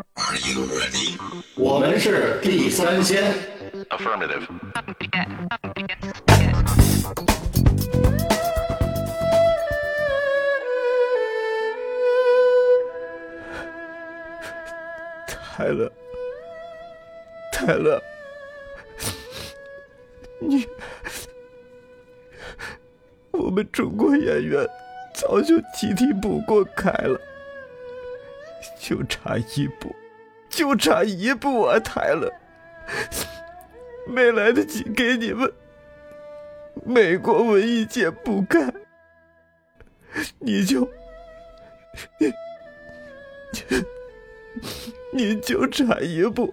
Are you ready？ 我们是地三鲜。 Affirmative。 泰勒，我们中国演员早就集体补过开了，就差一步啊，泰勒，没来得及给你们美国文艺界补开，你就差一步，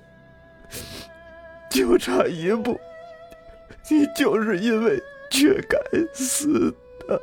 你就是因为缺该死的。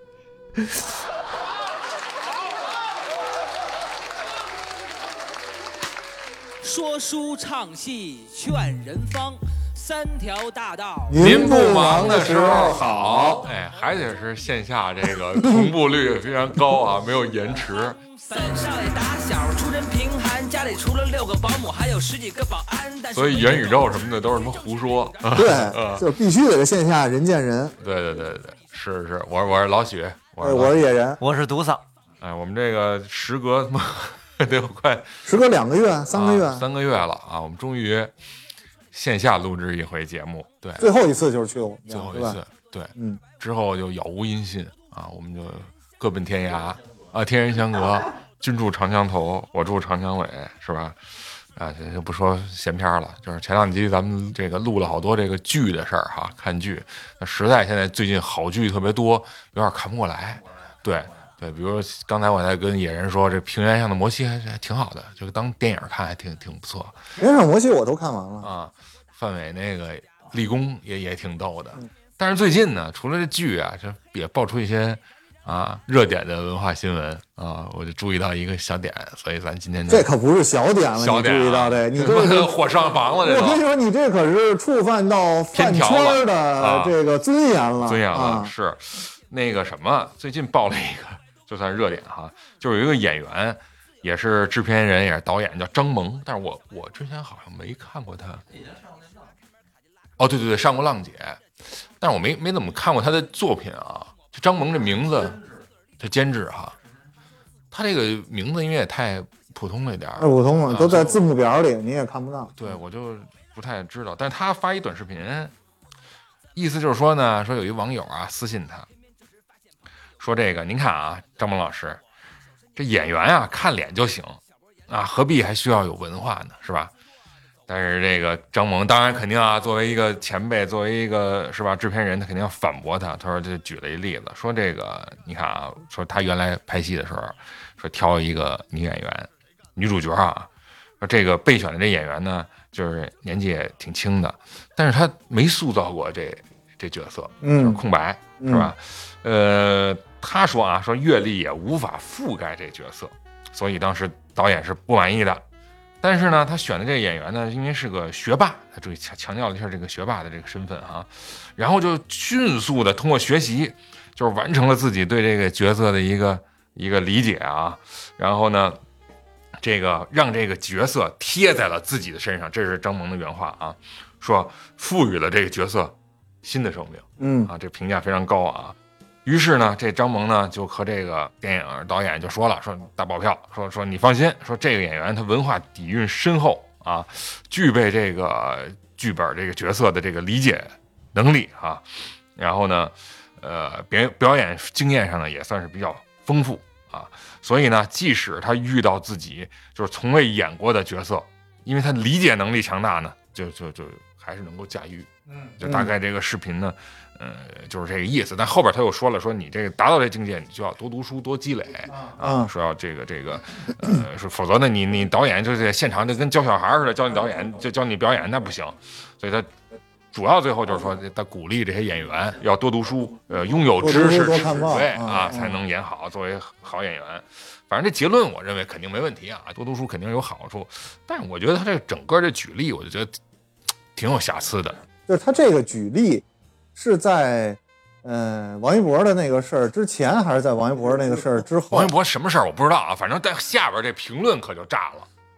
说书唱戏劝人方，三条大道您不忙的时候好。哎，还得是线下这个同步率非常高啊，没有延迟。 三少爷打小出身贫寒，家里除了6个保姆，还有10几个保安。 所以元宇宙什么的都是什么胡说。 对，就必须得是线下人见人。 对，是，我是老许， 我是野人， 我是独嗓。 哎，我们这个时隔得有快 2个月、3个月、 3个月了啊！我们终于线下录制一回节目，对， 最后一次就是去我们家， 最后一次，对，之后就杳无音信啊，我们就各奔天涯啊，天人相隔，君住长江头，我住长江尾，是吧？啊，就不说闲篇了，就是前2集咱们这个录了好多这个剧的事儿哈，看剧，那实在现在最近好剧特别多，有点看不过来，对，比如刚才我在跟野人说，这《平原上的摩西》还挺好的，这个当电影看还挺不错。 《平原上摩西》我都看完了啊，范伟那个立功也挺逗的。但是最近呢，除了这剧啊，这也爆出一些热点的文化新闻啊，我就注意到一个小点，所以咱今天这可不是小点了， 小点你注意到这，你这是火上房了，这我跟你说，你这可是触犯到饭圈的这个尊严了， 尊严了是那个什么，最近爆了一个。就算热点哈，就是有一个演员，也是制片人，也是导演，叫张萌。但是我之前好像没看过他。哦，对，上过《浪姐》，但是我没怎么看过他的作品啊。这张萌这名字，这监制哈，他这个名字因为也太普通了一点， 太普通了，都在字幕表里，你也看不到。 对，我就不太知道。但是他发一短视频，意思就是说呢，说有一网友私信他。说这个，您看啊，张萌老师，这演员看脸就行啊，何必还需要有文化呢，是吧？但是这个张萌当然肯定作为一个前辈，作为一个是吧制片人，他肯定要反驳他。他说这举了一例子，说这个你看说他原来拍戏的时候，说挑一个女演员，女主角说这个备选的这演员呢，就是年纪也挺轻的，但是他没塑造过这角色，就是空白，是吧？他说说阅历也无法覆盖这角色，所以当时导演是不满意的。但是呢，他选的这个演员呢，因为是个学霸，他注意强调了一下这个学霸的这个身份然后就迅速的通过学习，就是完成了自己对这个角色的一个理解然后呢，这个让这个角色贴在了自己的身上，这是张萌的原话说赋予了这个角色新的生命，这评价非常高于是呢，这张萌呢就和这个电影导演就说了，说大保票，说你放心，说这个演员他文化底蕴深厚具备这个剧本这个角色的这个理解能力然后呢，表演经验上呢也算是比较丰富所以呢，即使他遇到自己就是从未演过的角色，因为他理解能力强大呢，就还是能够驾驭，就大概这个视频呢。就是这个意思，但后边他又说了，说你这个达到这境界，你就要多读书、多积累说要这个说否则呢，你导演就在现场就跟教小孩似的，教你导演就教你表演，那不行。所以他主要最后就是说，他鼓励这些演员要多读书，拥有知识储备才能演好，作为好演员。反正这结论我认为肯定没问题多读书肯定有好处，但是我觉得他这整个这举例，我就觉得挺有瑕疵的。 就是他这个举例。是在王一博的那个事儿之前，还是在王一博那个事儿之后？ 王一博什么事儿我不知道反正在下边这评论可就炸了。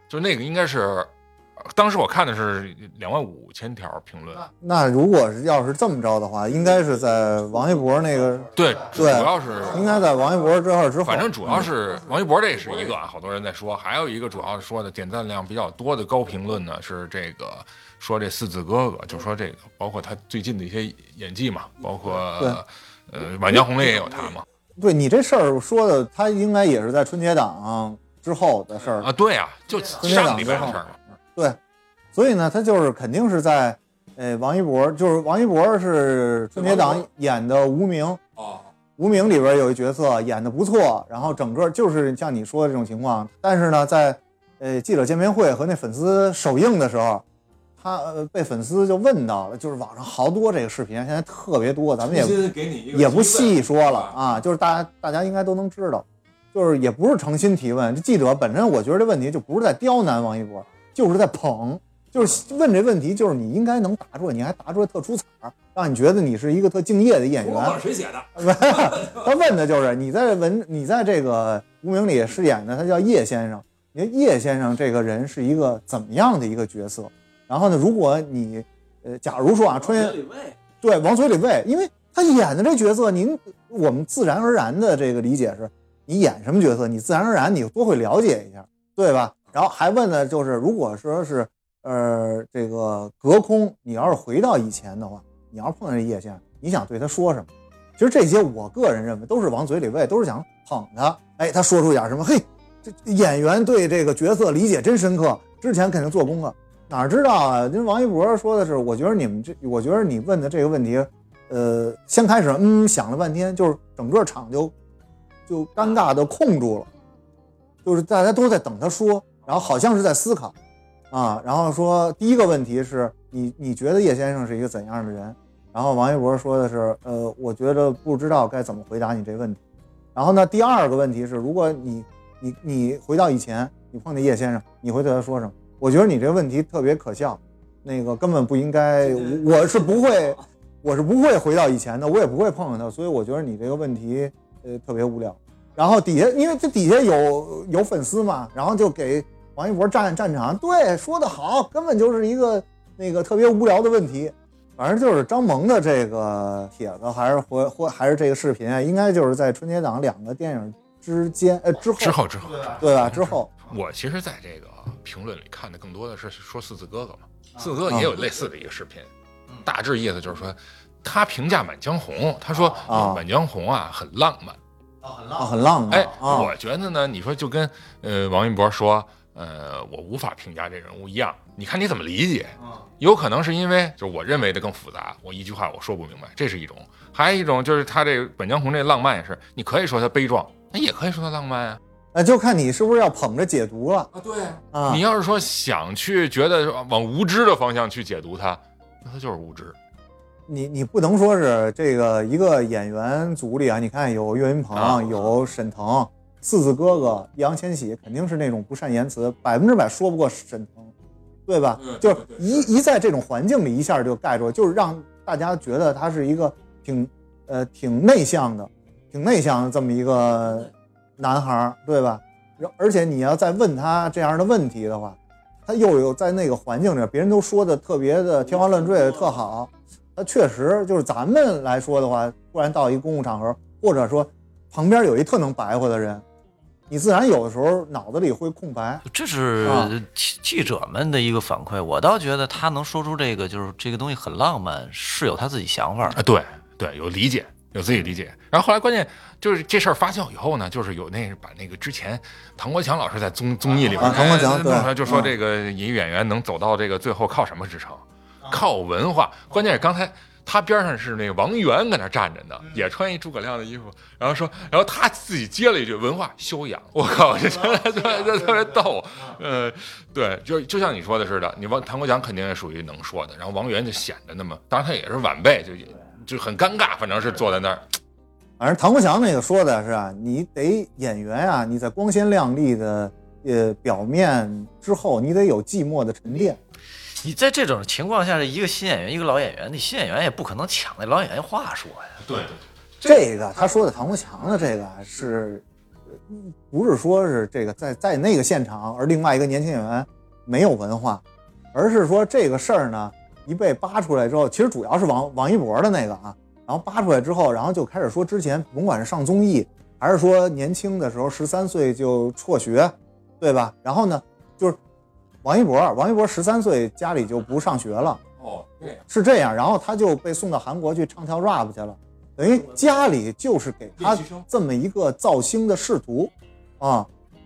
就那个应该是。当时我看的是25000条评论。 那如果是要是这么着的话，应该是在王一博那个对，主要是应该在王一博之后。 反正主要是王一博这是一个啊，好多人在说，还有一个主要说的点赞量比较多的高评论呢，是这个说这四字哥哥，就说这个包括他最近的一些演技嘛，包括满江红里也有他嘛。 对你这事儿说的，他应该也是在春节档之后的事儿啊。对啊，就上礼拜的事儿嘛。 对，所以呢，他就是肯定是在，王一博，就是王一博是春节档演的无名哦，无名里边有一角色演的不错，然后整个就是像你说的这种情况，但是呢，在记者见面会和那粉丝首映的时候，他被粉丝就问到了，就是网上好多这个视频，现在特别多，咱们也不细说了啊，就是大家应该都能知道，就是也不是诚心提问，这记者本身我觉得这问题就不是在刁难王一博。就是在捧，就是问这问题，就是你应该能答出来，你还答出来特出彩，让你觉得你是一个特敬业的演员。 谁写的？ 他问的就是你在这个无名里饰演的，他叫叶先生。你说叶先生这个人是一个怎么样的一个角色？然后呢，如果你假如说啊，对往嘴里喂，因为他演的这角色，我们自然而然的这个理解是，你演什么角色，你自然而然你多会了解一下，对吧？然后还问的就是，如果说是这个隔空，你要是回到以前的话，你要碰见叶先生，你想对他说什么？其实这些我个人认为都是往嘴里喂，都是想捧他。哎，他说出点什么？嘿，这演员对这个角色理解真深刻，之前肯定做功课，哪知道啊？这王一博说的是，我觉得你问的这个问题，先开始想了半天，就是整个场就尴尬的空住了，就是大家都在等他说。然后好像是在思考，啊，然后说第一个问题是你觉得叶先生是一个怎样的人？然后王一博说的是，我觉得不知道该怎么回答你这个问题。然后呢，第二个问题是，如果你回到以前，你碰见叶先生，你会对他说什么？我觉得你这个问题特别可笑，那个根本不应该，我是不会回到以前的，我也不会碰见他，所以我觉得你这个问题特别无聊。然后底下因为这底下有粉丝嘛，然后就给王一博战场，对，说得好，根本就是一个那个特别无聊的问题。反正就是张萌的这个帖子，还是这个视频啊，应该就是在春节档两个电影之间之后，对吧？之后， 我其实在这个评论里看的更多的是说四字哥哥嘛，四字哥哥也有类似的一个视频，大致意思就是说，他评价《满江红》，他说《满江红》啊很浪漫。 很浪漫。 哎，我觉得呢，你说就跟王一博说，我无法评价这人物一样，你看你怎么理解？有可能是因为就是我认为的更复杂，我一句话我说不明白，这是一种；还有一种就是他这个本江红这浪漫也是，你可以说他悲壮，那也可以说他浪漫啊。 就看你是不是要捧着解读了啊？对啊，你要是说想去觉得往无知的方向去解读它，那他就是无知。 你不能说是这个一个演员组里啊，你看有岳云鹏，有沈腾，四字哥哥易烊千玺，肯定是那种不善言辞，100%说不过沈腾，对吧？就是一在这种环境里一下就盖住，就是让大家觉得他是一个挺内向的这么一个男孩，对吧？而且你要再问他这样的问题的话，他又有在那个环境里，别人都说的特别的天花乱坠的特好。他确实就是咱们来说的话，突然到一个公共场合，或者说旁边有一特能白话的人，你自然有的时候脑子里会空白。 这是记者们的一个反馈，我倒觉得他能说出这个，就是这个东西很浪漫，是有他自己想法啊。对，有理解，有自己理解。然后后来关键就是这事儿发酵以后呢，就是有把那个之前唐国强老师在综艺里边唐国强对就说这个一个演员能走到这个最后靠什么支撑？靠文化，关键是刚才他边上是那个王源搁那站着呢，也穿一诸葛亮的衣服，然后他自己接了一句文化修养，我靠，这特别逗，对，就像你说的似的，你唐国强肯定也属于能说的，然后王源就显得那么，当然他也是晚辈，就很尴尬，反正是坐在那儿。 反正唐国强那个说的是啊，你得演员啊，你在光鲜亮丽的表面之后，你得有寂寞的沉淀。 你在这种情况下，一个新演员，一个老演员，你新演员也不可能抢那老演员话说呀。 对， 这个他说的唐国强的这个是， 不是说是这个在那个现场，而另外一个年轻演员没有文化，而是说这个事儿呢一被扒出来之后，其实主要是王一博的那个啊，然后扒出来之后，然后就开始说之前甭管是上综艺，还是说年轻的时候13岁就辍学，对吧？然后呢，就是王一博13岁家里就不上学了， 哦， 是这样，然后他就被送到韩国去唱跳 rap 去了，等于家里就是给他这么一个造星的仕途啊，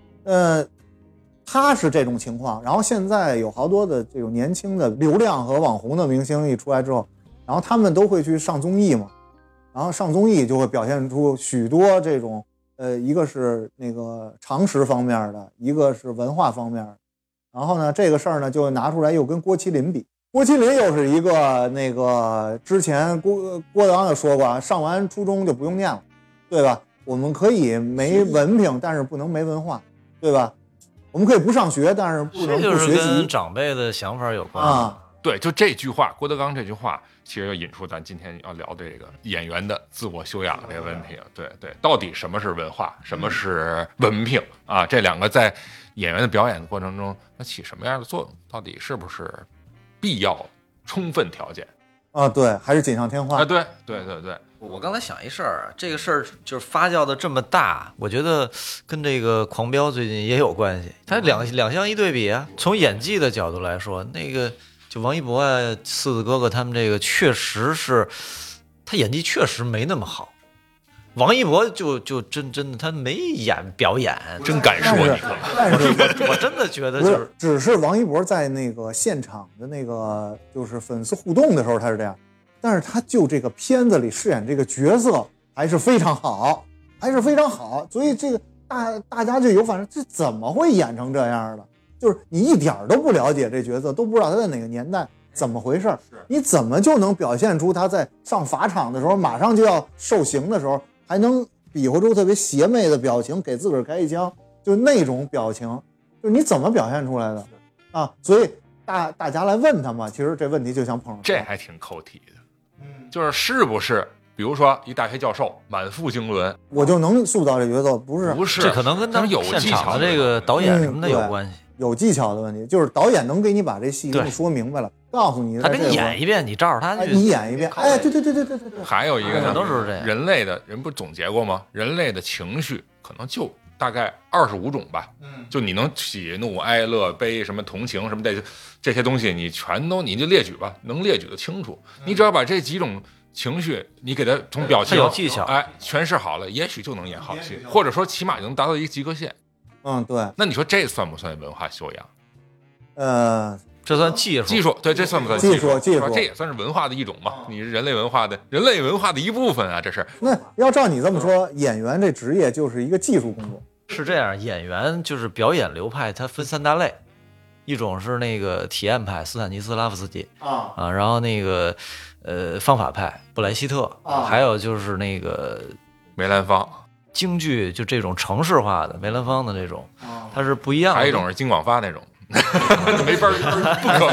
他是这种情况。然后现在有好多的这种年轻的流量和网红的明星一出来之后，然后他们都会去上综艺嘛，然后上综艺就会表现出许多这种一个是那个常识方面的，一个是文化方面的。然后呢，这个事儿呢就拿出来又跟郭麒麟比，郭麒麟又是一个那个之前郭德纲也说过啊，上完初中就不用念了，对吧？我们可以没文凭，但是不能没文化，对吧？我们可以不上学，但是不能不学习。 这就是跟长辈的想法有关啊。 对，就这句话，郭德纲这句话，其实就引出咱今天要聊的这个演员的自我修养这个问题。对，到底什么是文化，什么是文凭啊？这两个在演员的表演的过程中，它起什么样的作用？到底是不是必要充分条件啊？对，还是锦上添花啊？对。 我刚才想一事儿，这个事儿就是发酵的这么大，我觉得跟这个《狂飙》最近也有关系。它两项一对比啊，从演技的角度来说，那个就王一博啊、四子哥哥他们这个确实是，他演技确实没那么好。王一博就真的他没表演， 真敢说你说， 但是我真的觉得就是只是王一博在那个现场的那个就是粉丝互动的时候他是这样。但是他就这个片子里饰演这个角色还是非常好，所以这个大家就有反正这怎么会演成这样的？就是你一点都不了解这角色，都不知道他在哪个年代怎么回事，你怎么就能表现出他在上法场的时候，马上就要受刑的时候，还能比划出特别邪魅的表情，给自个儿开一枪，就那种表情，就是你怎么表现出来的啊？所以大家来问他嘛，其实这问题就想捧上， 这还挺扣题的。就是不是，比如说一大学教授满腹经纶， 我就能塑造这角色？不是， 这可能跟他们有现技巧场的这个导演什么的有关系， 有技巧的问题，就是导演能给你把这戏给你说明白了，告诉你， 他给你演一遍，你照着他去， 你演一遍，哎，对。 还有一个呢， 都是这样， 人类的人不总结过吗？人类的情绪可能就大概25种吧，就你能喜怒哀乐悲什么同情什么这些东西，你全都你就列举吧，能列举的清楚。你只要把这几种情绪，你给他从表情有技巧， 哎，诠释好了，也许就能演好戏，或者说起码能达到一个及格线。 对。 那你说这算不算文化修养？ 这算技术，对，这算不算技术？ 这也算是文化的一种嘛？你是人类文化的一部分啊，这是。 那要照你这么说，演员这职业就是一个技术工作。 是这样，演员就是表演流派，它分3大类，一种是那个体验派，斯坦尼斯拉夫斯基啊，然后那个方法派，布莱希特，还有就是那个梅兰芳。 京剧就这种城市化的梅兰芳的这种，它是不一样的。 还有一种是金广发那种。没法不可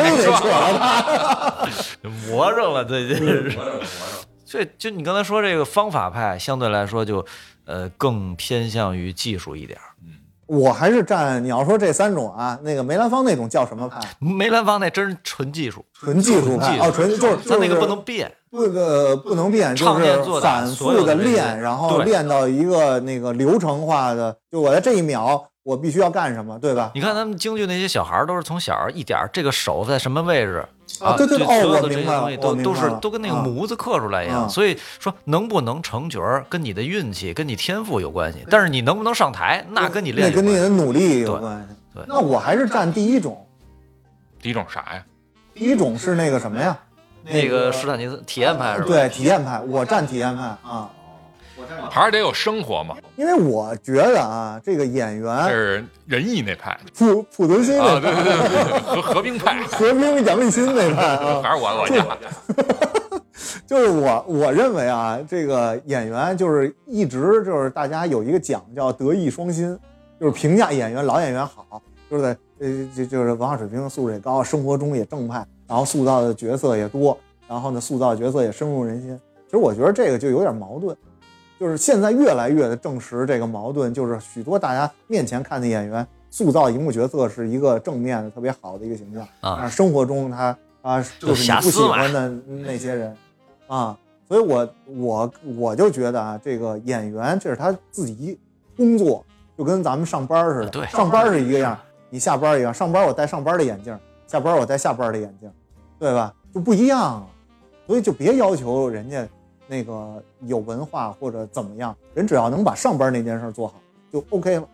魔怔了，对，所以就你刚才说这个方法派相对来说就更偏向于技术一点。 我还是站你要说这3种啊，那个梅兰芳那种叫什么派？ 梅兰芳那真是纯技术， 纯技术派哦，就是他那个不能变， 不能变，就是反复的练，然后练到一个那个流程化的，就我在这一秒。我必须要干什么，对吧？ 你看他们京剧那些小孩都是从小一点这个手在什么位置啊？对， 我明白了， 都跟那个模子刻出来一样。所以说能不能成角跟你的运气、跟你天赋有关系，但是你能不能上台，那跟你练， 跟你的努力有关系。 对， 那我还是站第一种。 第一种啥呀？ 第一种是那个什么呀？ 那个斯坦尼斯体验派是吧？ 对，体验派，我站体验派啊。 还是得有生活嘛， 因为我觉得啊，这个演员是仁义那派， 濮存昕那派， 对，和平派， 和平杨立新那派啊， 还是我家。 就是我认为啊，这个演员就是一直就是大家有一个奖叫德艺双馨，就是评价演员老演员好，就是在就是文化水平素质也高，生活中也正派，然后塑造的角色也多，然后呢塑造的角色也深入人心。其实我觉得这个就有点矛盾。 就是现在越来越的证实这个矛盾，就是许多大家面前看的演员塑造荧幕角色是一个正面的特别好的一个形象啊， 生活中他就是你不喜欢的那些人啊，所以我就觉得啊，这个演员这是他自己工作，就跟咱们上班似的， 对， 上班是一个样，你下班一样，上班我戴上班的眼镜，下班我戴下班的眼镜，对吧？就不一样啊，所以就别要求人家那个有文化或者怎么样，人只要能把上班那件事做好就 OK 了。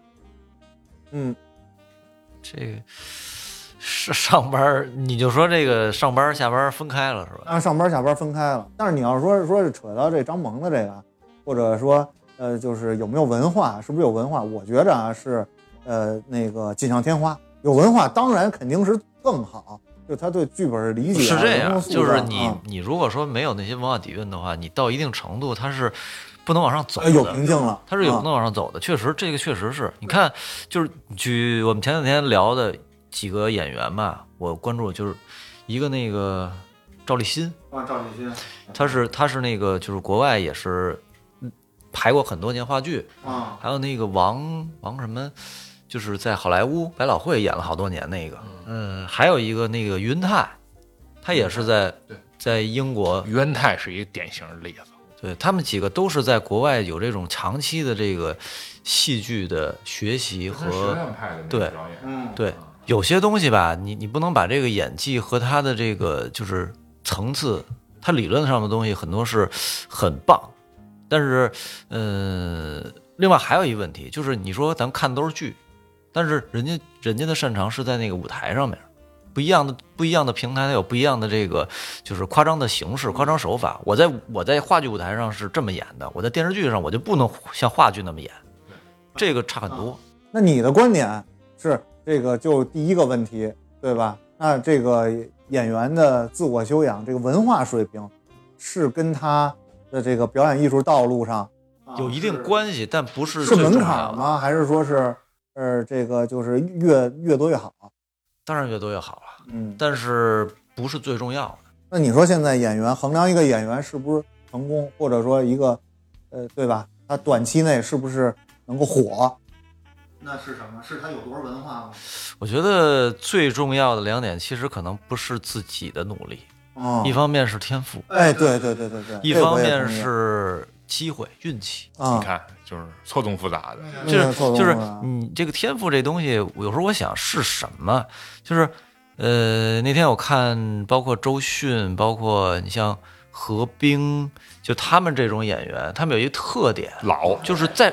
这个是上班，你就说这个上班下班分开了是吧？ 上班下班分开了，但是你要说扯到这张萌的这个，或者说就是有没有文化，是不是有文化？我觉着啊是那个锦上添花，有文化当然肯定是更好，就他对剧本的理解是这样，就是你你如果说没有那些文化底蕴的话，你到一定程度它是不能往上走的， 有瓶颈了， 它是有不能往上走的。确实，这个确实是你看，就是举我们前两天聊的几个演员吧，我关注就是一个那个赵立新啊，赵立新， 他是那个就是国外也是排过很多年话剧啊， 还有那个王什么。就是在好莱坞百老汇演了好多年那个，还有一个那个于恩泰，他也是在英国。 于恩泰是一个典型的例子， 对他们几个都是在国外有这种长期的这个戏剧的学习和对对，有些东西吧，你不能把这个演技和他的这个就是层次，他理论上的东西很多是很棒，但是另外还有一个问题就是你说咱看的都是剧。但是人家的擅长是在那个舞台上面，不一样的平台，它有不一样的这个就是夸张的形式、夸张手法。我在话剧舞台上是这么演的，我在电视剧上我就不能像话剧那么演，这个差很多。 那你的观点是这个就第一个问题，对吧？那这个演员的自我修养，这个文化水平，是跟他的这个表演艺术道路上有一定关系，但不是是门槛吗？还是说是？这个就是越多越好， 当然越多越好了，但是不是最重要的。 那你说现在演员衡量一个演员是不是成功，或者说一个对吧？他短期内是不是能够火？那是什么？是他有多少文化吗？ 我觉得最重要的两点，其实可能不是自己的努力，一方面是天赋， 对， 一方面是机会、运气。 你看。就是错综复杂的， 就是你这个天赋这东西，有时候我想是什么？就是那天我看，包括周迅，包括你像何冰，就他们这种演员，他们有一个特点， 老， 就是在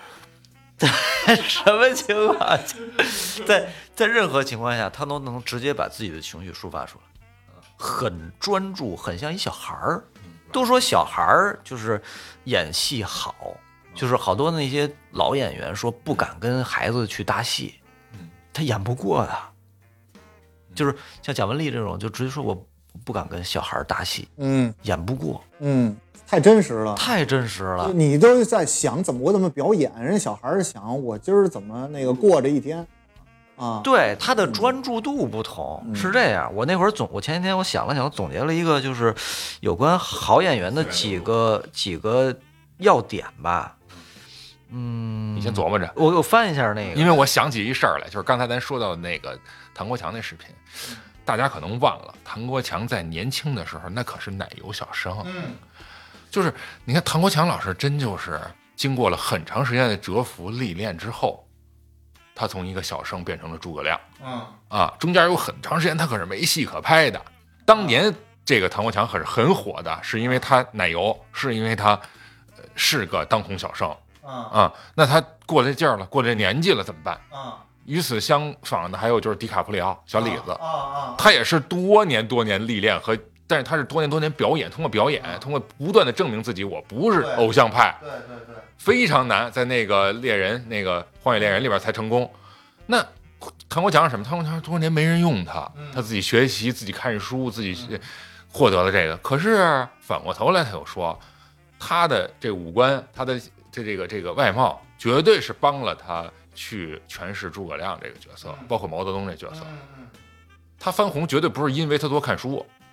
什么情况？在任何情况下，他都能直接把自己的情绪抒发出来，很专注，很像一小孩儿。都说小孩儿就是演戏好。就是好多那些老演员说不敢跟孩子去搭戏，他演不过的。就是像蒋雯丽这种，就直接说我不敢跟小孩搭戏，演不过， 太真实了， 太真实了。 你都在想我怎么表演，人家小孩是想我今儿怎么那个过这一天啊？对， 他的专注度不同，是这样。我那会儿我前几天我想了想，总结了一个就是有关好演员的几个要点吧。 你先琢磨着， 我翻一下那个， 因为我想起一事儿来，就是刚才咱说到那个唐国强那视频，大家可能忘了，唐国强在年轻的时候那可是奶油小生，就是你看唐国强老师真就是经过了很长时间的蛰伏历练之后，他从一个小生变成了诸葛亮，中间有很长时间他可是没戏可拍的。当年这个唐国强可是很火的，是因为他奶油，是因为他是个当红小生。那他过这劲儿了，过这年纪了怎么办？与此相仿的还有就是迪卡普里奥小李子，他也是多年历练但是他是多年表演，通过表演，通过不断的证明自己，我不是偶像派， 对， 非常难，在那个猎人那个荒野猎人里边才成功。那唐国强是什么？唐国强多年没人用他，他自己学习，自己看书，自己获得了这个。可是反过头来，他又说他的这五官，他的这个外貌绝对是帮了他去诠释诸葛亮这个角色，包括毛泽东这角色。他翻红绝对不是因为他多看书，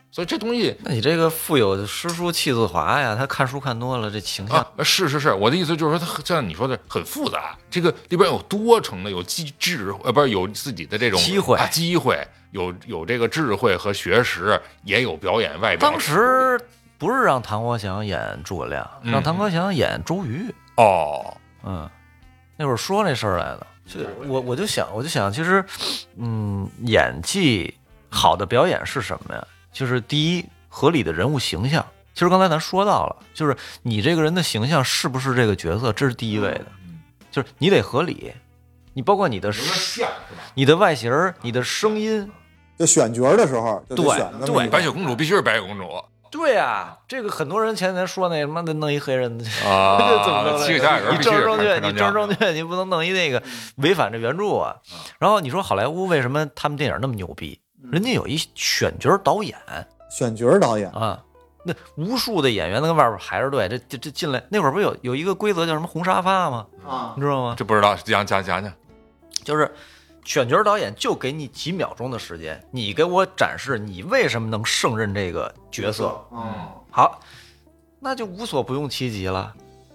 所以这东西那你这个腹有诗书气自华呀，他看书看多了，这形象是，我的意思就是说，它像你说的很复杂，这个里边有多重的，有机智，不是有自己的这种机会，有这个智慧和学识，也有表演外表。 当时不是让唐国强演诸葛亮，让唐国强演周瑜。 哦， 那会儿说那事儿来的，我就想，其实，演技好的表演是什么呀？就是第一，合理的人物形象。其实刚才咱说到了，就是你这个人的形象是不是这个角色，这是第一位的。就是你得合理，你包括你的你的外形、你的声音， 就选角的时候，对， 白雪公主必须是白雪公主。 对啊，这个很多人前几天说那什么的弄一黑人啊， 怎么弄？ 七个小矮人， 你政治正确，你不能弄一那个违反这原著啊。然后你说好莱坞为什么他们电影那么牛逼？人家有一选角导演啊，那无数的演员跟外边排着队，这进来那会儿不有一个规则叫什么红沙发吗？你知道吗？ 这不知道，讲， 就是选角导演就给你几秒钟的时间，你给我展示你为什么能胜任这个角色。好，那就无所不用其极了。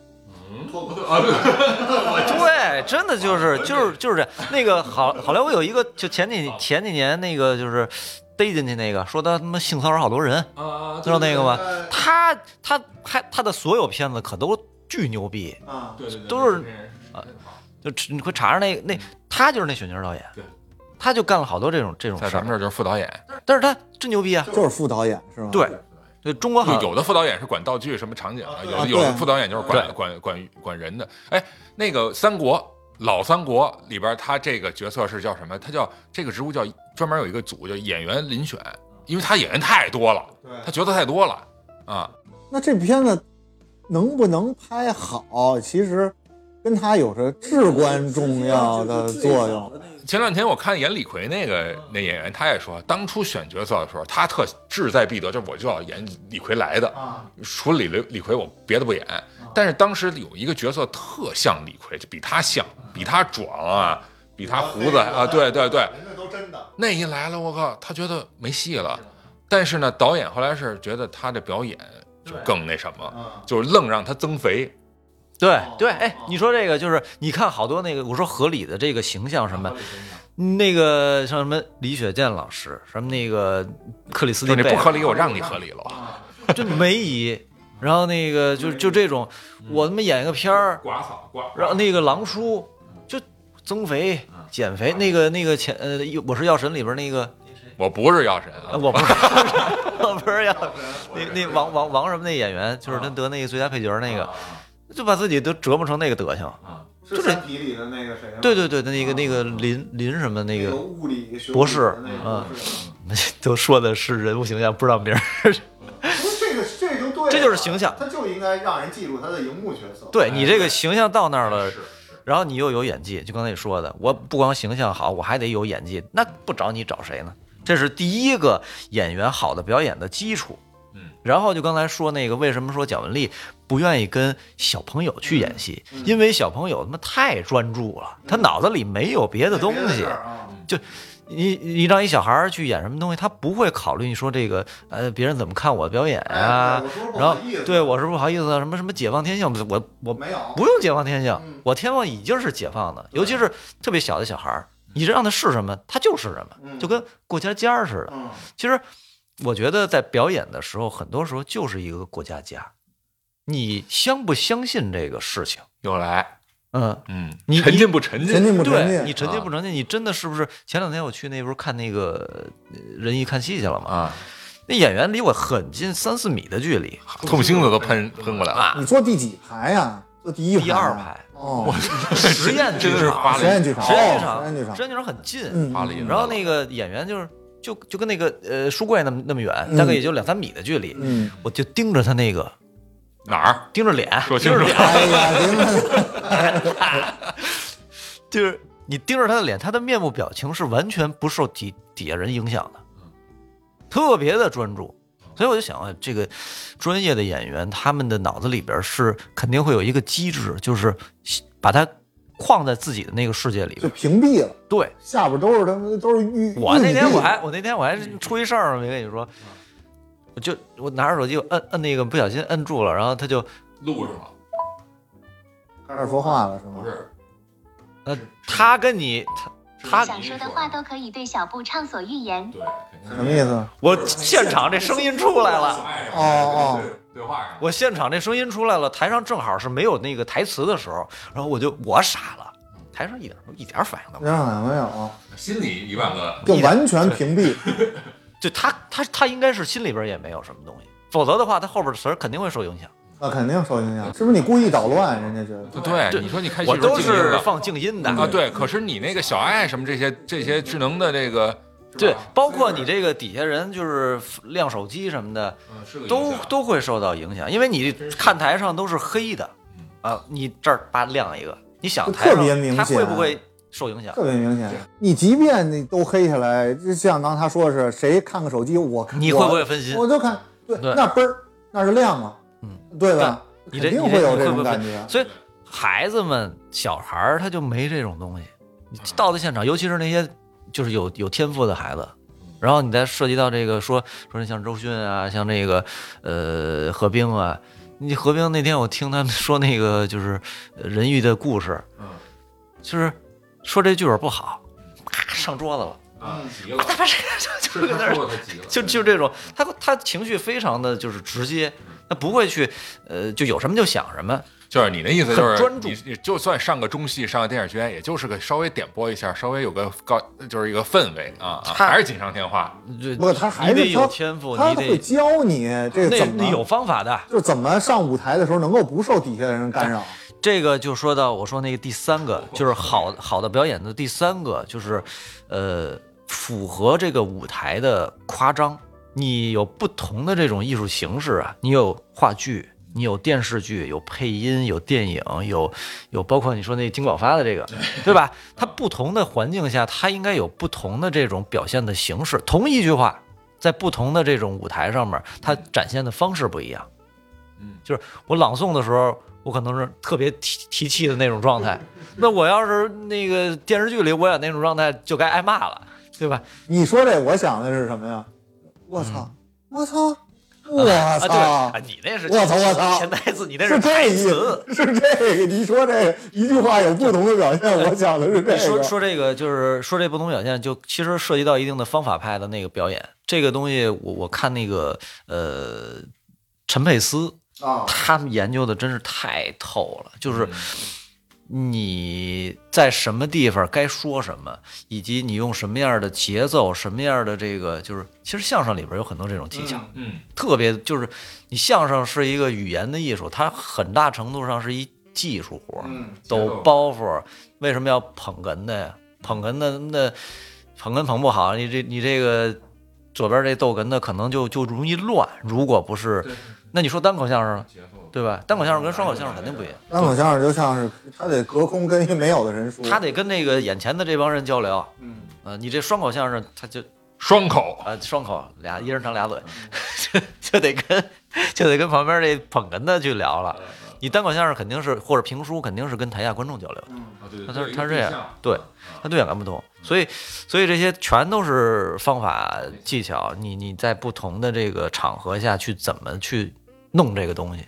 对，真的就是这那个好莱坞有一个，就前几年那个就是逮进去那个，说他妈性骚扰好多人知道那个吗？他的所有片子可都巨牛逼啊，对，都是就你会查着那他就是那选角导演，对，他就干了好多这种在咱们这儿就是副导演， 但是他真牛逼啊， 就是副导演是吗？ 对，中国有的副导演是管道具什么场景的，有的副导演就是管人的。哎，那个老三国里边，他这个角色是叫什么？他叫这个职务叫专门有一个组叫演员遴选，因为他演员太多了，他角色太多了啊。 那这片子能不能拍好，其实跟他有着至关重要的作用。 前两天我看演李逵那演员，他也说，当初选角色的时候，他特志在必得，就是我就要演李逵来的，除了李逵我别的不演。但是当时有一个角色特像李逵，就比他像，比他壮啊，比他胡子啊，对， 那都真的。 那一来了，我靠，他觉得没戏了。但是呢，导演后来是觉得他的表演就更那什么，就是愣让他增肥。 对，哎，你说这个就是你看好多那个，我说合理的这个形象什么，那个像什么李雪健老师，什么那个克里斯汀贝尔， 你不合理，我让你合理了， 就梅姨，然后那个就这种，我他妈演一个片儿，然后那个狼叔就增肥减肥，那个我是药神里边那个。 我不是药神啊， 我不是药神，那王什么那演员，就是他得那个最佳配角那个。就把自己都折磨成那个德行啊！是《三体》里的那个谁？ 对，那个林什么那个物理学博士啊，都说的是人物形象，不知道名儿。 这就对， 这就是形象， 他就应该让人记住他的荧幕角色。 对你这个形象到那儿了，然后你又有演技，就刚才你说的，我不光形象好，我还得有演技，那不找你找谁呢？这是第一个演员好的表演的基础。然后就刚才说那个，为什么说蒋雯丽不愿意跟小朋友去演戏？因为小朋友他妈太专注了，他脑子里没有别的东西。就你让一小孩去演什么东西，他不会考虑你说这个别人怎么看我的表演啊？然后对我是不好意思啊，什么解放天性，我没有不用解放天性，我天放已经是解放的，尤其是特别小的小孩，你让他是什么，他就是什么，就跟过家家似的。其实。我觉得在表演的时候，很多时候就是一个过家家，你相不相信这个事情？ 又来， 你沉浸不沉浸？ 对，你沉浸不沉浸？你真的是不是？前两天我去那不是看那个仁义看戏去了嘛？啊，那演员离我很近，3-4米的距离， 唾沫星子都喷过来了。 你坐第几排呀？坐第一排、 第二排。 哦， 实验剧场， 实验剧场很近。然后那个演员就跟那个书柜那么远，大概也就2-3米的距离，我就盯着他那个哪儿， 盯着脸， 说清楚， 就是你盯着他的脸，他的面部表情是完全不受底下人影响的，特别的专注。所以我就想啊，这个专业的演员，他们的脑子里边是肯定会有一个机制，就是把他框在自己的那个世界里， 就屏蔽了。 对， 下边都是他们都是我那天我还出一事儿，没跟你说， 我拿着手机，我摁那个不小心摁住了，然后他就录是吗？ 开始说话了是吗？ 不是， 他跟你他想说的话都可以对小布畅所欲言。 对， 什么意思？ 我现场这声音出来了， 哦， 对话上， 我现场这声音出来了，台上正好是没有那个台词的时候，然后我傻了，台上一点反应都没有， 没有， 心里1万个， 就完全屏蔽。 就他应该是心里边也没有什么东西，否则的话他后边的词儿肯定会受影响。 那肯定受影响，是不是你故意捣乱？人家觉得对，你说你开我都静音了是放静音的啊，对，可是你那个小爱什么这些智能的这个， 对，包括你这个底下人就是亮手机什么的， 是个影响都会受到影响，因为你看台上都是黑的，啊，你这儿叭亮一个，你想台特别明显上他会不会受影响？ 特别明显。你即便你都黑下来，就像刚他说是谁看个手机，我看你会不会分心？ 我就看，对， 对那嘣儿那是亮了，对吧？ 你肯定会有这种感觉。 所以孩子们、小孩儿他就没这种东西。你到了现场，尤其是那些就是有天赋的孩子，然后你再涉及到这个说像周迅啊，像这个何冰啊，你何冰那天我听他们说那个就是人鱼的故事，就是说这剧本不好，啪上桌子了。 急了， 他就搁那儿就这种，他情绪非常的就是直接，他不会去就有什么就想什么。 就是你的意思就是专注你就算上个中戏上个电影学院，也就是个稍微点播一下，稍微有个就是一个氛围啊，还是锦上添花。 不，他还是你得有天赋， 他你得会教你这个怎么有方法的， 就是怎么上舞台的时候能够不受底下的人干扰。 这个就说到我说那个第三个，就是好的表演的第三个，就是符合这个舞台的夸张。你有不同的这种艺术形式啊，你有话剧，你有电视剧，有配音，有电影，有包括你说那金广发的这个，对吧？它不同的环境下，它应该有不同的这种表现的形式。同一句话，在不同的这种舞台上面，它展现的方式不一样。就是我朗诵的时候，我可能是特别提气的那种状态，那我要是那个电视剧里我演那种状态，就该挨骂了，对吧？ 你说这，我想的是什么呀？我操！我操！我操！ 对，你那是我操！ 潜台词，你那是台这词， 是这个。你说这个一句话有不同的表现，我想的是这个。 说这个就是说这不同表现，就其实涉及到一定的方法派的那个表演。这个东西我看那个陈佩斯他们研究的真是太透了，就是你在什么地方该说什么，以及你用什么样的节奏，什么样的这个，就是其实相声里边有很多这种技巧，特别就是你相声是一个语言的艺术，它很大程度上是一技术活，抖包袱，为什么要捧哏的呀？捧哏的那捧哏捧不好，你这个左边这逗哏的可能就容易乱，如果不是，那你说单口相声呢？对吧？单口相声跟双口相声肯定不一样。 单口相声就像是他得隔空跟一个没有的人说， 他得跟那个眼前的这帮人交流。你这双口相声他就双口双口俩一人长俩嘴，就得跟旁边这捧哏的去聊了。你单口相声肯定是或者评书肯定是跟台下观众交流的。他是这样，对，他对眼感不同，所以这些全都是方法技巧。你在不同的这个场合下去怎么去弄这个东西。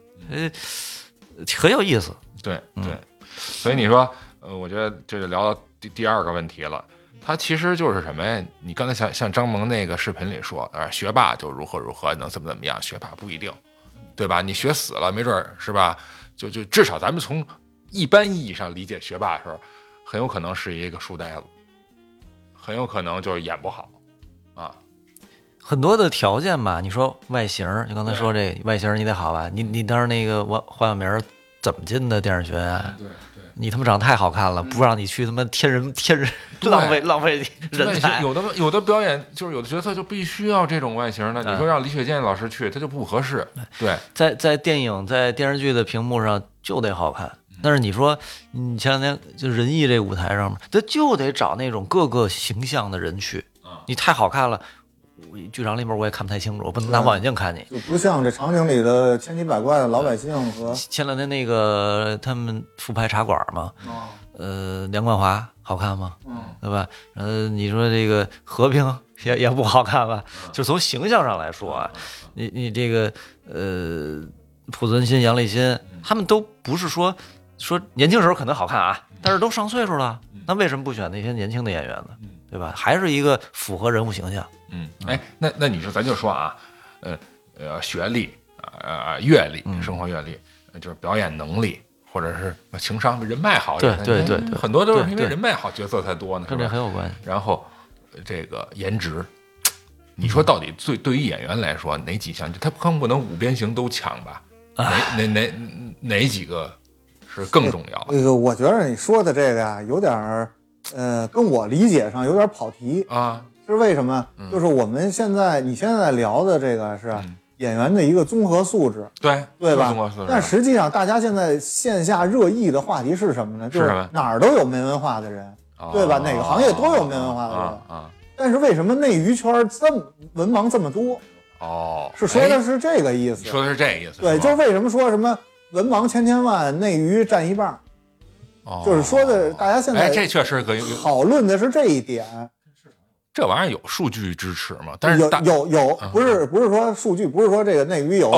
很有意思， 对，所以你说，我觉得这就聊到第二个问题了。它其实就是什么呀？你刚才像张萌那个视频里说，学霸就如何能怎么样，学霸不一定，对吧？你学死了，没准是吧？就至少咱们从一般意义上理解学霸的时候，很有可能是一个书呆子，很有可能就是演不好啊。 很多的条件吧，你说外形，就刚才说这外形你得好吧？你当时那个黄晓明怎么进的电视学院？对，你他妈长得太好看了，不让你去他妈天人浪费人才。 有的表演就是有的角色就必须要这种外形的，你说让李雪健老师去，他就不合适。对， 在电影在电视剧的屏幕上就得好看。但是你说你前两天就仁义这舞台上面，他就得找那种各个形象的人去。你太好看了。剧场里面我也看不太清楚，我不能拿望远镜看你， 就不像这场景里的千奇百怪的老百姓和前两天那个他们复拍茶馆嘛，梁冠华好看吗？对吧？你说这个和平也不好看吧？就从形象上来说啊，你这个濮存昕、杨立新，他们都不是说年轻时候可能好看啊，但是都上岁数了，那为什么不选那些年轻的演员呢？对吧？还是一个符合人物形象。 哎，那你说咱就说啊，学历阅历、生活阅历，就是表演能力。或者是情商、人脉好， 对， 很多都是因为人脉好，角色才多呢， 跟这很有关系。 然后这个颜值，你说到底对于演员来说哪几项？他不能五边形都强吧？哪几个是更重要的？ 我觉得你说的这个呀，有点跟我理解上有点跑题啊。 是为什么？就是你现在聊的这个是。演员的一个综合素质，对吧？ 综合素质。 但实际上，大家现在线下热议的话题是什么呢？就是哪儿都有没文化的人，对吧？哪个行业都有没文化的人。但是为什么内娱圈文盲这么多？是说的是这个意思。 说的是这个意思。 对，就是为什么说什么文盲千万，内娱占一半？就是说的大家现在这确实可以讨论的是这一点。 这玩意儿有数据支持吗？但是有，不是说数据，不是说这个内娱有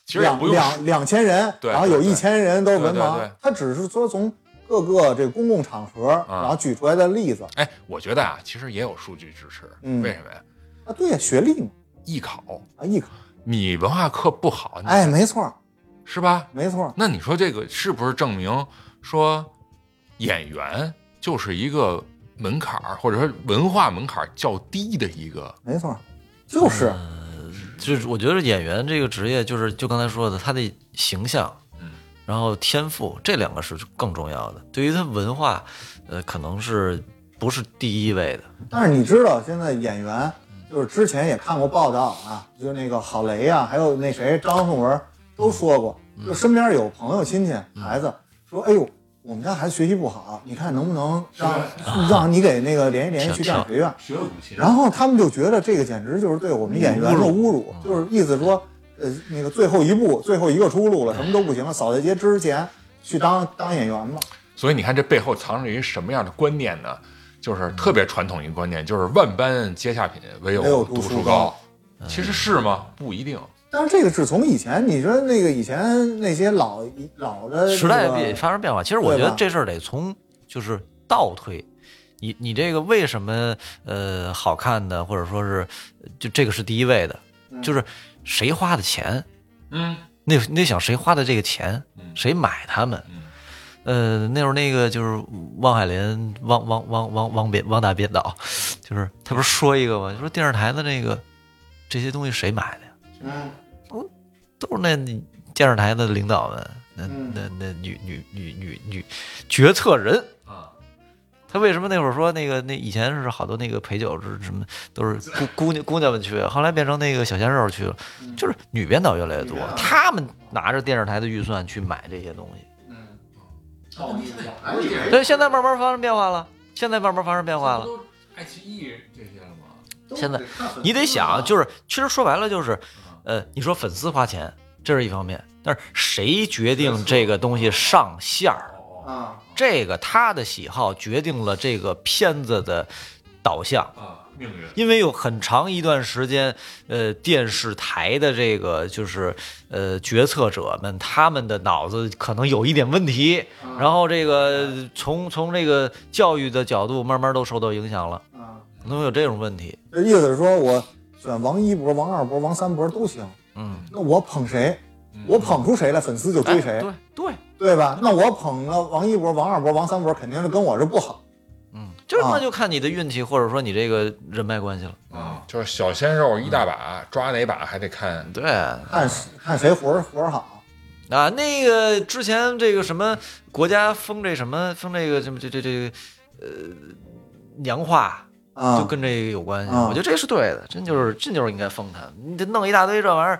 2000人，然后有1000人都是文盲，他只是说从各个这个公共场合，然后举出来的例子。 哎，我觉得啊，其实也有数据支持。为什么呀？ 啊，对呀，学历嘛， 艺考啊，艺考， 你文化课不好， 哎，没错， 是吧？ 没错。 那你说这个是不是证明说演员就是一个？门槛或者说文化门槛较低的一个， 没错，就是我觉得演员这个职业就刚才说的，他的形象，然后天赋这两个是更重要的。对于他文化，可能是不是第一位的。 但是你知道，现在演员就是之前也看过报道啊，就那个郝蕾啊，还有那谁张颂文都说过，就身边有朋友亲戚孩子说，哎呦。我们家孩子学习不好，你看能不能让你给那个联系去电影学院？然后他们就觉得这个简直就是对我们演员的侮辱，就是意思说，那个最后一个出路了，什么都不行了，扫大街之前去当演员吧。 所以你看这背后藏着一什么样的观念呢？就是特别传统一个观念，就是万般皆下品，唯有读书高。其实是吗？不一定。 但是这个是从以前，你说那个以前那些老的时代发生变化，其实我觉得这事儿得从就是倒推，你这个为什么好看的，或者说是就这个是第一位的，就是谁花的钱，你得想谁花的这个钱，谁买他们，那时候那个就是汪海林汪大编导，就是他不是说一个吗？说电视台的那个这些东西谁买的呀？都是那电视台的领导们，那女决策人啊。他为什么那会儿说那以前是好多那个陪酒是什么都是姑娘们去，后来变成那个小鲜肉去了，就是女编导越来越多，他们拿着电视台的预算去买这些东西。对，现在慢慢发生变化了，爱奇艺这些了吗？现在你得想，就是其实说白了就是。你说粉丝花钱，这是一方面，但是谁决定这个东西上线儿啊？这个他的喜好决定了这个片子的导向啊，命运。因为有很长一段时间，电视台的这个就是决策者们，他们的脑子可能有一点问题，然后这个从这个教育的角度慢慢都受到影响了啊，可能有这种问题。 这意思是说我。选王一博、王二博、王三博都行，那我捧谁，我捧出谁来，粉丝就追谁，对吧？那我捧了王一博、王二博、王三博，肯定是跟我是不好， 就是那就看你的运气，或者说你这个人脉关系了， 就是小鲜肉一大把，抓哪把还得看， 对， 看谁活好啊。那个之前这个什么国家封这个这娘化。就跟这个有关系，我觉得这是对的，真就是应该封他，你得弄一大堆这玩意儿，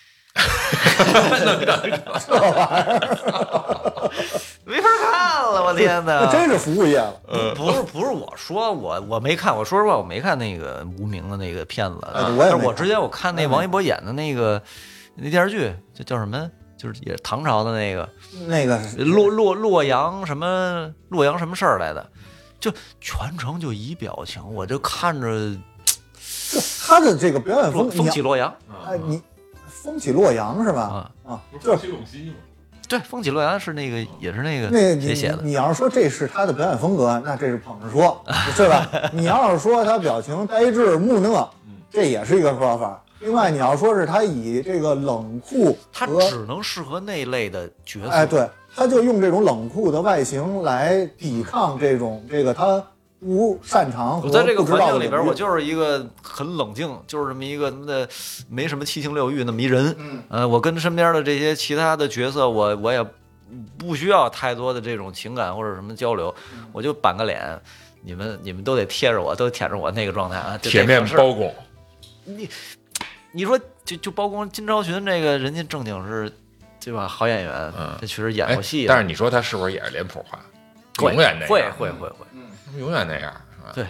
弄一大堆这玩意儿，没法看了，我天哪， 真是服务业了。 不是我说我没看，我说实话我没看那个无名的那个片子， 但是我之前我看那王一博演的那电视剧，叫什么？就是也唐朝的那个洛阳什么事儿来的。就全程就仪表情，我就看着， 这他的这个表演风起洛阳， 你风起洛阳是吧？就是西陇西嘛。 对，风起洛阳是那个也是那个谁写的。 你要是说这是他的表演风格，那这是捧着说，是吧？你要是说他表情呆滞木讷，这也是一个说法。另外，你要说是他以这个冷酷， 他只能适合那类的角色。 哎，对，他就用这种冷酷的外形来抵抗这个他不擅长和我在这个不知道的环境里边，我就是一个很冷静，就是这么一个什么的，没什么七情六欲那么一人。我跟身边的这些其他的角色，我也不需要太多的这种情感或者什么交流，我就板个脸，你们都得贴着我，都得舔着我那个状态啊， 铁面包公。 你说就包括金超群这个人家正经是，对吧？好演员，这确实演过戏。 但是你说他是不是也是脸谱化？永远那样， 会， 永远那样。 对，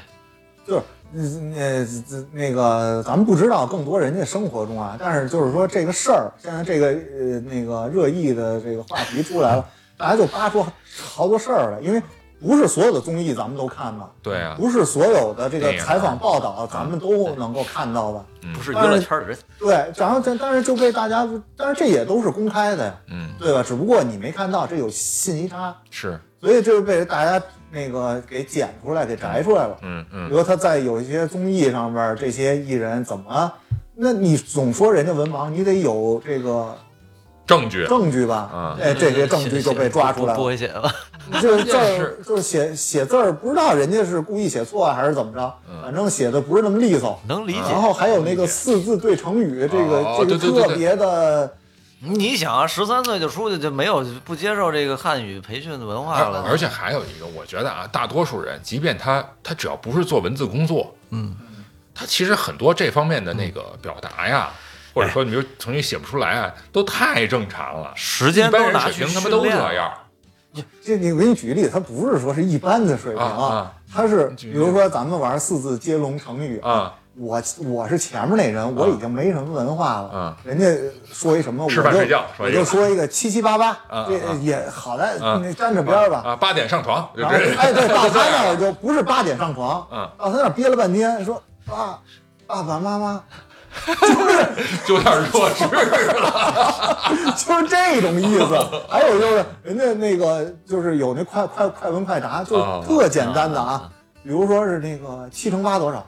就是那个咱们不知道更多人家生活中啊，但是就是说这个事儿，现在这个那个热议的这个话题出来了，大家就扒出好多事儿来，因为不是所有的综艺咱们都看吧？ 对啊， 不是所有的这个采访报道咱们都能够看到吧？ 不是娱乐圈的人。 对，然后但是就被大家，但是这也都是公开的呀，对吧？只不过你没看到，这有信息差， 是， 所以这就被大家那个给剪出来，给摘出来了。比如他在有一些综艺上边，这些艺人怎么？那你总说人家文盲，你得有这个证据吧？这些证据就被抓出来了。 不会写了， 就是写字儿，不知道人家是故意写错还是怎么着，反正写的不是那么利索， 能理解。 然后还有那个四字对成语，这个特别的。 你想啊，13岁就出去就没有不接受这个汉语培训的文化了。 而且还有一个，我觉得啊，大多数人，即便他只要不是做文字工作，他其实很多这方面的那个表达呀，或者说你比如曾经写不出来啊，都太正常了。 时间都拿去他们都这样。 我给你举个例子，他不是说是一般的水平他是比如说咱们玩四字接龙成语我是前面那人，我已经没什么文化了。人家说一什么， 吃饭睡觉， 我就说一个778，这也好在你沾着边吧。 8点上床， 然后对，到他那儿就不是8点上床，到他那儿憋了半天，说爸爸妈妈， 就有点弱智了， 就是这种意思。还有就是人家那个就是有那快问快答，就特简单的啊，比如说是那个7乘8多少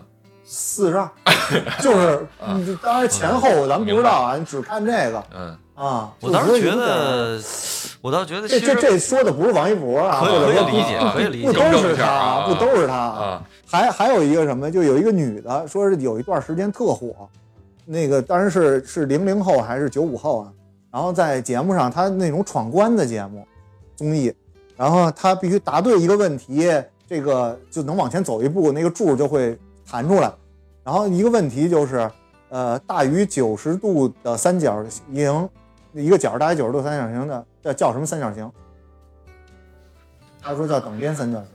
？42，就是当然前后咱们不知道啊，你只看这个， 我倒是觉得， 这说的不是王一博啊， 可以理解，可以理解， 不都是他，不都是他啊？还有一个什么，就有一个女的，说是有一段时间特火，那个当然是00后还是95后啊，然后在节目上，他那种闯关的节目综艺，然后他必须答对一个问题，这个就能往前走一步，那个柱就会弹出来。然后一个问题就是大于90度的三角形，一个角大于90度三角形的叫什么三角形？他说叫等边三角形。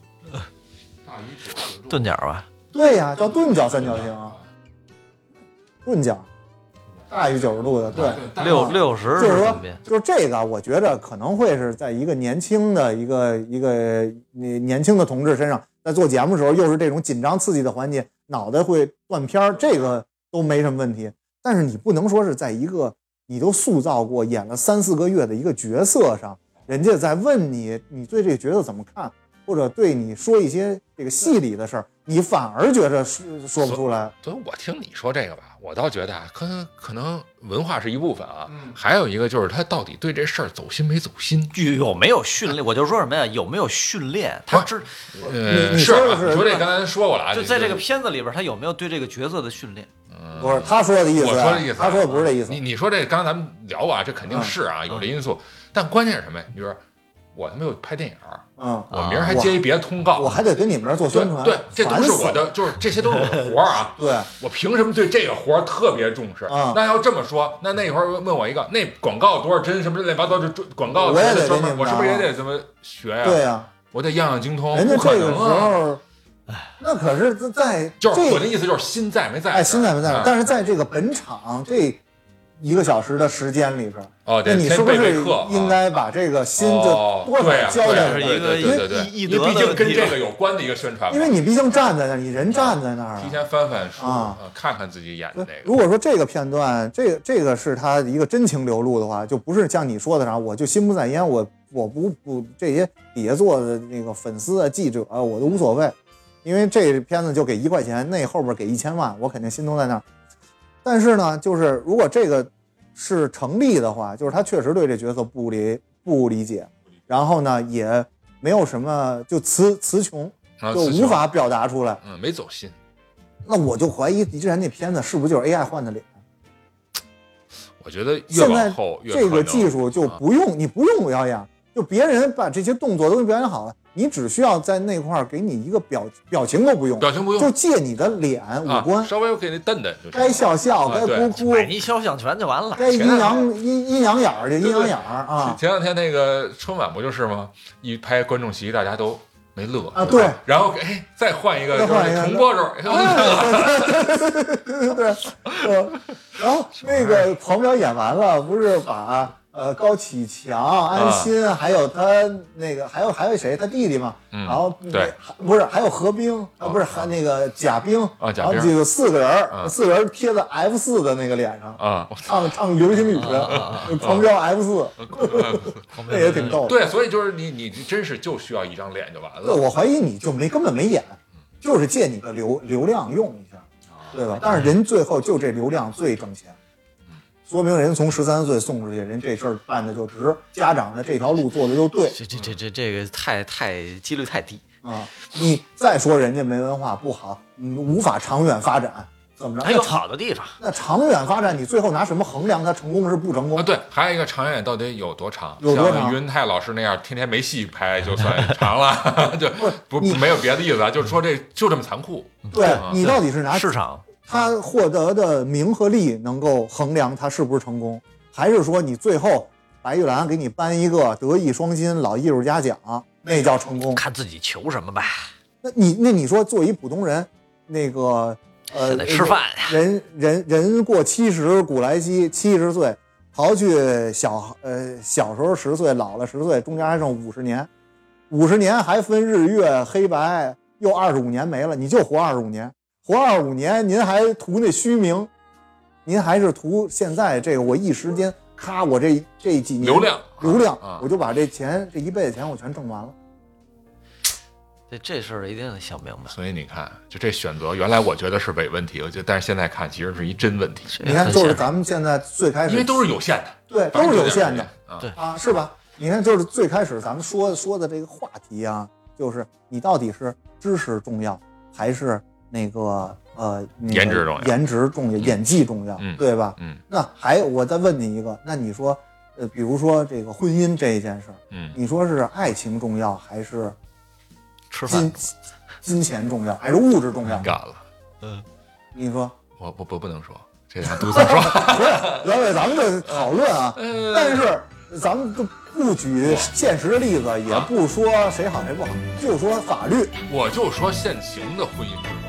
钝角吧？ 对呀，叫钝角三角形啊。钝角大于90度的，对 ，60 就是说，就是这个，我觉得可能会是在一个年轻的一个年轻的同志身上，在做节目的时候，又是这种紧张刺激的环节，脑袋会断片儿，这个都没什么问题。但是你不能说是在一个你都塑造过、演了3、4个月的一个角色上，人家在问你，你对这个角色怎么看，或者对你说一些这个戏里的事儿，你反而觉得说不出来。 所以我听你说这个吧，我倒觉得啊，可能文化是一部分啊，还有一个就是他到底对这事儿走心没走心， 有没有训练？我就说什么呀？有没有训练？他你说的是说这刚才说过了啊， 就在这个片子里边，他有没有对这个角色的训练？ 不是他说的意思， 我说的意思， 他说的不是这意思。 你说这刚才咱们聊过啊，这肯定是啊，有这因素，但关键是什么呀？你说我他妈又拍电影，我明儿还接一别的通告， 我还得跟你们这儿做宣传， 对，这都是我的，就是这些都是我的活儿啊。 对， 我凭什么对这个活儿特别重视？那要这么说，那会儿问我一个，那广告多少帧什么乱七八糟，就广告我也得跟你们， 我是不是也得怎么学呀？ 对呀， 我得样样精通。 人家这个时候，那可是在就是我的意思就是心在没在？ 哎，心在没在？但是在这个本场 1个小时的时间里边， 哦， 那你是不是应该把这个心就多少交代是一个因为毕竟跟这个有关的一个宣传， 因为你毕竟站在那儿，你人站在那儿， 提前翻翻书看看自己演的那个。 如果说这个片段，这个是他一个真情流露的话，就不是像你说的啥，我就心不在焉，我不这些底下做的那个粉丝啊、记者啊，我都无所谓，因为这片子就给1块钱，那后边给1000万，我肯定心都在那儿。但是呢，就是如果这个是成立的话，就是他确实对这角色不理解，然后呢也没有什么就词穷，就无法表达出来， 没走心。 那我就怀疑之前那片子是不是就是 AI 换的脸？ 我觉得越往后越这个技术就不用，你不用表演，就别人把这些动作都表演好了。你只需要在那块儿给你一个表情都不用，就借你的脸五官， 稍微给你瞪瞪就行， 该笑该哭， 买你肖像权就完了， 该阴阳眼儿就阴阳眼儿啊。 前两天那个春晚不就是吗？一拍观众席，大家都没乐啊，对， 然后再换一个，就是重播时候， 对，然后那个黄标演完了，不是把。高启强、安心，还有他那个，还有谁？他弟弟嘛。然后对， 不是还有何冰不是还那个贾冰啊， 然后这个4个人贴在 F4的那个脸上啊， 唱流行语的，狂飙 F4，那也挺逗。 对，所以就是你真是就需要一张脸就完了。 对，我怀疑你就根本没演，就是借你的流量用一下，对吧？但是人最后就这流量最挣钱。说明人从13岁送出去，人这事儿办的就值，家长的这条路做的就对。 这个太几率太低啊！你再说人家没文化不好，无法长远发展，怎么着？ 还有好的地方。 那长远发展，你最后拿什么衡量它成功是不成功？ 对，还有一个长远到底有多长？ 有多长？ 像于文泰老师那样，天天没戏拍就算长了，就不没有别的意思啊，就是说就这么残酷。 对你到底是拿市场？ 他获得的名和利能够衡量他是不是成功，还是说你最后白玉兰给你颁一个德艺双馨老艺术家奖，那叫成功？ 看自己求什么吧。 那你说作为一普通人，那个现在吃饭人过70古来稀，70岁刨去小时候10岁，老了10岁，中间还剩50年，50年还分日月黑白，又25年没了，你就活25年。活25年，您还图那虚名？您还是图现在这个我一时间，咔，我这几年流量， 我就把这钱，这一辈子钱我全挣完了。 这事儿一定得想明白。 所以你看，就这选择，原来我觉得是伪问题，但是现在看其实是一真问题。 你看，就是咱们现在最开始， 因为都是有限的， 对，都是有限的， 对啊，是吧？你看，就是最开始咱们说的这个话题啊，就是你到底是知识重要还是？那个颜值重要， 演技重要，对吧？那我再问你一个，那你说，比如说这个婚姻这一件事，你说是爱情重要还是吃饭金钱重要还是物质重要？ 干了， 你说我不能说，这俩独自说， 不是，老伟，咱们这讨论啊，但是咱们都不举现实的例子，也不说谁好谁不好，就说法律， 我就说现行的婚姻制度。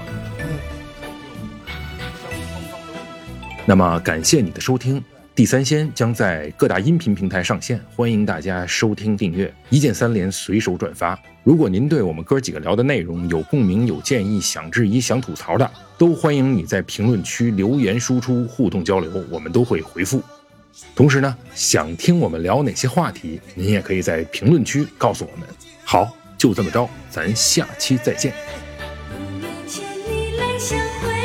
那么感谢你的收听，地三鲜将在各大音频平台上线，欢迎大家收听订阅，一键3连，随手转发。如果您对我们哥几个聊的内容有共鸣、有建议、想质疑、想吐槽的，都欢迎你在评论区留言输出，互动交流，我们都会回复。同时呢，想听我们聊哪些话题，您也可以在评论区告诉我们。好，就这么着，咱下期再见。 千里来相会。